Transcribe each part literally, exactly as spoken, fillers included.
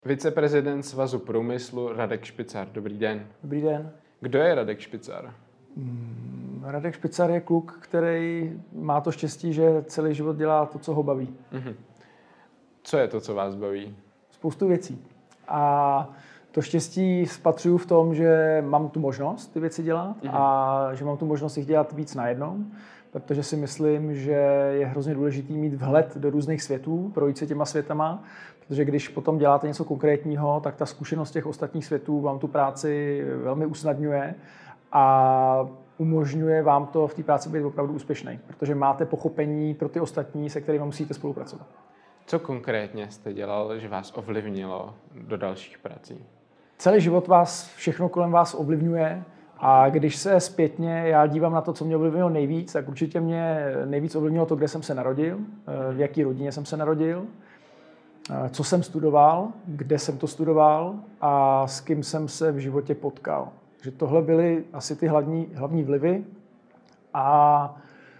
Viceprezident Svazu průmyslu Radek Špicar. Dobrý den. Dobrý den. Kdo je Radek Špicar? Hmm, Radek Špicar je kluk, který má to štěstí, že celý život dělá to, co ho baví. Mhm. Co je to, co vás baví? Spoustu věcí. A to štěstí spatřuju v tom, že mám tu možnost ty věci dělat Mhm. a že mám tu možnost jich dělat víc najednou, protože si myslím, že je hrozně důležitý mít vhled do různých světů, projít se těma světama, protože když potom děláte něco konkrétního, tak ta zkušenost těch ostatních světů vám tu práci velmi usnadňuje a umožňuje vám to v té práci být opravdu úspěšný, protože máte pochopení pro ty ostatní, se kterými musíte spolupracovat. Co konkrétně jste dělal, že vás ovlivnilo do dalších prací? Celý život vás, všechno kolem vás ovlivňuje a když se zpětně já dívám na to, co mě ovlivnilo nejvíc, tak určitě mě nejvíc ovlivnilo to, kde jsem se narodil, v jaký rodině jsem se narodil, co jsem studoval, kde jsem to studoval a s kým jsem se v životě potkal. Že tohle byly asi ty hlavní, hlavní vlivy a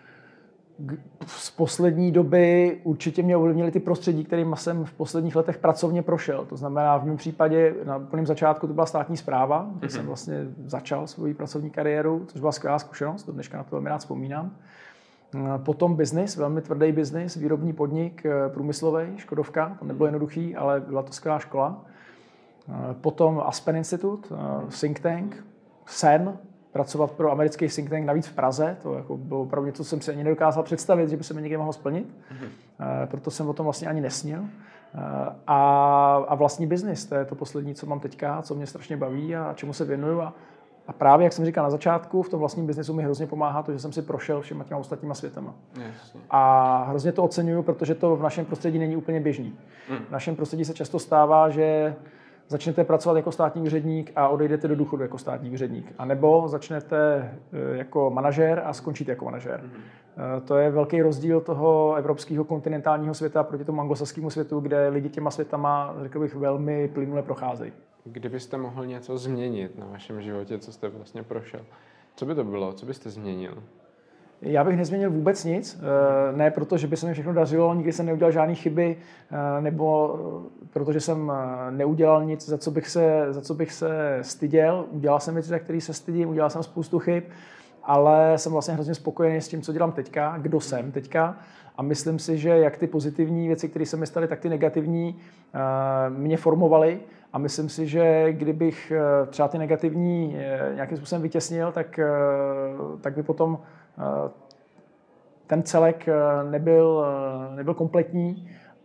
z poslední doby určitě mě ovlivnily ty prostředí, kterými jsem v posledních letech pracovně prošel. To znamená, v mém případě na plném začátku to byla státní správa, kde mm-hmm. jsem vlastně začal svoji pracovní kariéru, což byla skvělá zkušenost, do dneška na to velmi rád vzpomínám. Potom biznis, velmi tvrdý biznis, výrobní podnik, průmyslový, Škodovka, to nebylo jednoduchý, ale byla to skvělá škola. Potom Aspen Institute, think tank, sen, pracovat pro americký think tank, navíc v Praze, to jako bylo opravdu něco, co jsem si ani nedokázal představit, že by se mi někdy mohlo splnit, mm-hmm. proto jsem o tom vlastně ani nesnil. A, a vlastní biznis, to je to poslední, co mám teďka, co mě strašně baví a čemu se věnuju. A, a právě, jak jsem říkal na začátku, v tom vlastním biznesu mi hrozně pomáhá to, že jsem si prošel všema těma ostatníma světama. Jasně. A hrozně to oceňuju, protože to v našem prostředí není úplně běžný. Mm. V našem prostředí se často stává, že začnete pracovat jako státní úředník a odejdete do důchodu jako státní úředník. A nebo začnete jako manažer a skončíte jako manažer. Mm. To je velký rozdíl toho evropského kontinentálního světa proti tomu anglosaskému světu, kde lidi těma světama, řekl bych, velmi plynule procházejí. Kdybyste mohl něco změnit na vašem životě, co jste vlastně prošel, co by to bylo? Co byste změnil? Já bych nezměnil vůbec nic, ne proto, že by se mi všechno dařilo, nikdy jsem neudělal žádné chyby, nebo protože jsem neudělal nic, za co bych se, za co bych se styděl. Udělal jsem věci, za které se stydím, udělal jsem spoustu chyb, ale jsem vlastně hrozně spokojený s tím, co dělám teďka, kdo jsem teďka. A myslím si, že jak ty pozitivní věci, které se mi staly, tak ty negativní mě formovaly. A myslím si, že kdybych třeba ty negativní nějakým způsobem vytěsnil, tak, tak by potom ten celek nebyl, nebyl kompletní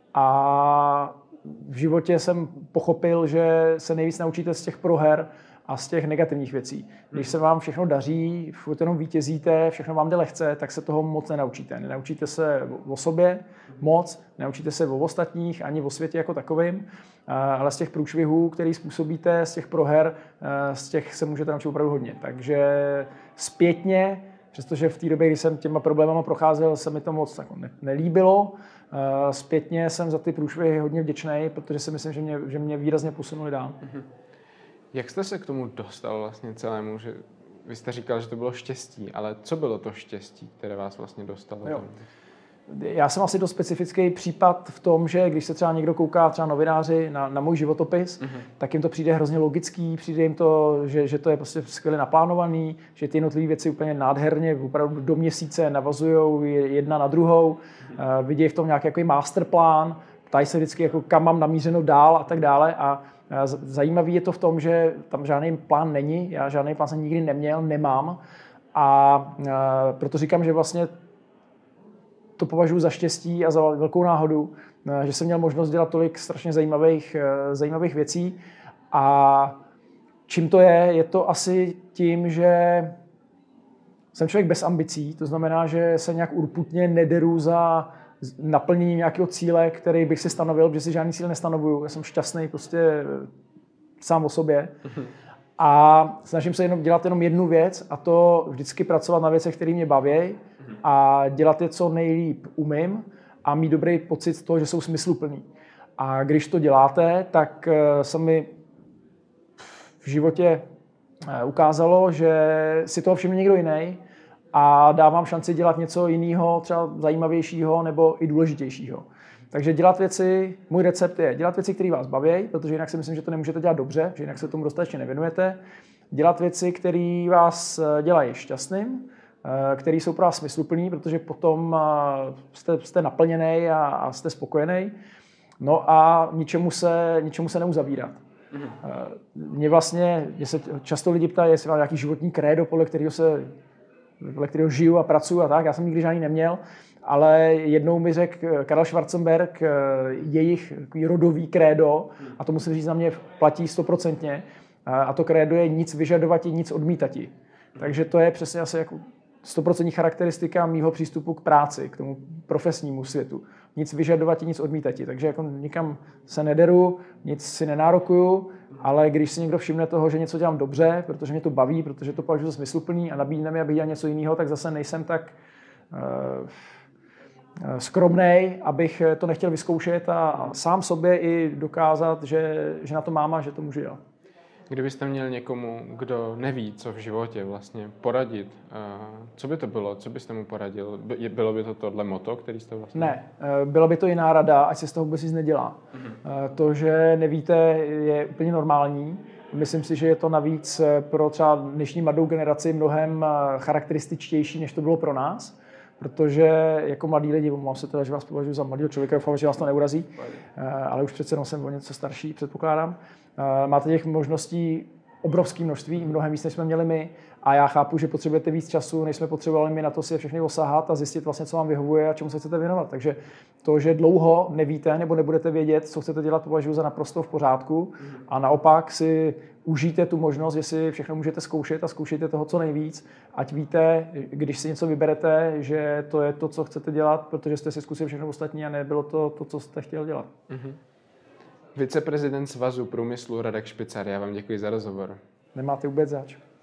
a v životě jsem pochopil, že se nejvíc naučíte z těch proher a z těch negativních věcí. Když se vám všechno daří, furt jenom vítězíte, všechno vám jde lehce, tak se toho moc nenaučíte. Nenaučíte se o sobě moc, nenaučíte se o ostatních, ani o světě jako takovým, ale z těch průšvihů, který způsobíte, z těch proher, z těch se můžete naučit opravdu hodně. Takže zpětně, přestože v té době, kdy jsem těma problémama procházel, se mi to moc jako nelíbilo. Zpětně jsem za ty průšvihy hodně vděčný, protože si myslím, že mě, že mě výrazně posunuli dál. Jak jste se k tomu dostal vlastně celému? Že vy jste říkal, že to bylo štěstí, ale co bylo to štěstí, které vás vlastně dostalo? Jo. Já jsem asi dost specifický případ v tom, že když se třeba někdo kouká, třeba novináři, na, na můj životopis, mm-hmm. tak jim to přijde hrozně logický, přijde jim to, že, že to je prostě skvěle naplánovaný, že ty jednotlivé věci úplně nádherně, opravdu do měsíce navazují jedna na druhou, mm-hmm. uh, vidějí v tom nějaký jako masterplán, ptají se vždycky, jako kam mám namířeno dál a tak dále. A zajímavý je to v tom, že tam žádný plán není, já žádný plán jsem nikdy neměl, nemám. A uh, proto říkám, že vlastně to považuji za štěstí a za velkou náhodu, že jsem měl možnost dělat tolik strašně zajímavých, zajímavých věcí. A čím to je? Je to asi tím, že jsem člověk bez ambicí, to znamená, že se nějak urputně nederu za naplněním nějakého cíle, který bych si stanovil, protože si žádný cíl nestanovuju. Já jsem šťastný prostě sám o sobě. A snažím se jenom dělat jenom jednu věc a to vždycky pracovat na věcech, které mě baví a dělat je co nejlíp umím a mít dobrý pocit z toho, že jsou smysluplný. A když to děláte, tak se mi v životě ukázalo, že si toho všimne někdo jiný a dávám šanci dělat něco jiného, třeba zajímavějšího nebo i důležitějšího. Takže dělat věci, můj recept je dělat věci, které vás baví, protože jinak si myslím, že to nemůžete dělat dobře, že jinak se tomu dostatečně nevěnujete. Dělat věci, které vás dělají šťastným, které jsou pro vás smysluplný, protože potom jste, jste naplněný a, a jste spokojený. No a ničemu se, ničemu se neuzavírat. Mm-hmm. Mě vlastně, mě se často lidi ptají, jestli mám nějaký životní krédo, podle kterého se, podle kterého žiju a pracuji a tak. Já jsem nikdy žádný neměl, ale jednou mi řekl Karel Schwarzenberg jejich rodový krédo, a to musím říct, za mě platí stoprocentně. A to krédo je nic vyžadovat, nic odmítat. Takže to je přesně asi jako stoprocentní charakteristika mýho přístupu k práci, k tomu profesnímu světu. Nic vyžadovat, nic odmítat. Takže jako nikam se nederu, nic si nenárokuju, ale když si někdo všimne toho, že něco dělám dobře, protože mě to baví, protože to považuji za smysluplný a nabídne mi, abych dělal něco jiného, tak zase nejsem tak uh, skromnej, abych to nechtěl vyzkoušet a sám sobě i dokázat, že, že na to mám a že to můžu dělat. Kdybyste měl někomu, kdo neví, co v životě vlastně poradit, co by to bylo? Co byste mu poradil? Bylo by to tohle moto, který jste vlastně... Ne, byla by to jiná rada, ať se z toho vůbec nic nedělá. Mm-hmm. To, že nevíte, je úplně normální. Myslím si, že je to navíc pro třeba dnešní mladou generaci mnohem charakterističtější, než to bylo pro nás. Protože jako mladí lidi, mám se teda, že vás považuji za mladého člověka, doufám, že vás to neurazí, ale už přece jenom jsem o něco starší, předpokládám. Máte těch možností obrovské množství, mnohem víc, než jsme měli my, a já chápu, že potřebujete víc času, než jsme potřebovali my na to si je všechny osahat a zjistit vlastně, co vám vyhovuje a čemu se chcete věnovat. Takže to, že dlouho nevíte nebo nebudete vědět, co chcete dělat, považuji za naprosto v pořádku, a naopak si užijte tu možnost, že si všechno můžete zkoušet a zkoušejte toho co nejvíc, ať víte, když si něco vyberete, že to je to, co chcete dělat, protože jste si zkusili všechno ostatní a nebylo to to, co jste chtěl dělat. Mm-hmm. Viceprezident Svazu průmyslu Radek Špicar, já vám děkuji za rozhovor. Nemáte vůbec zač.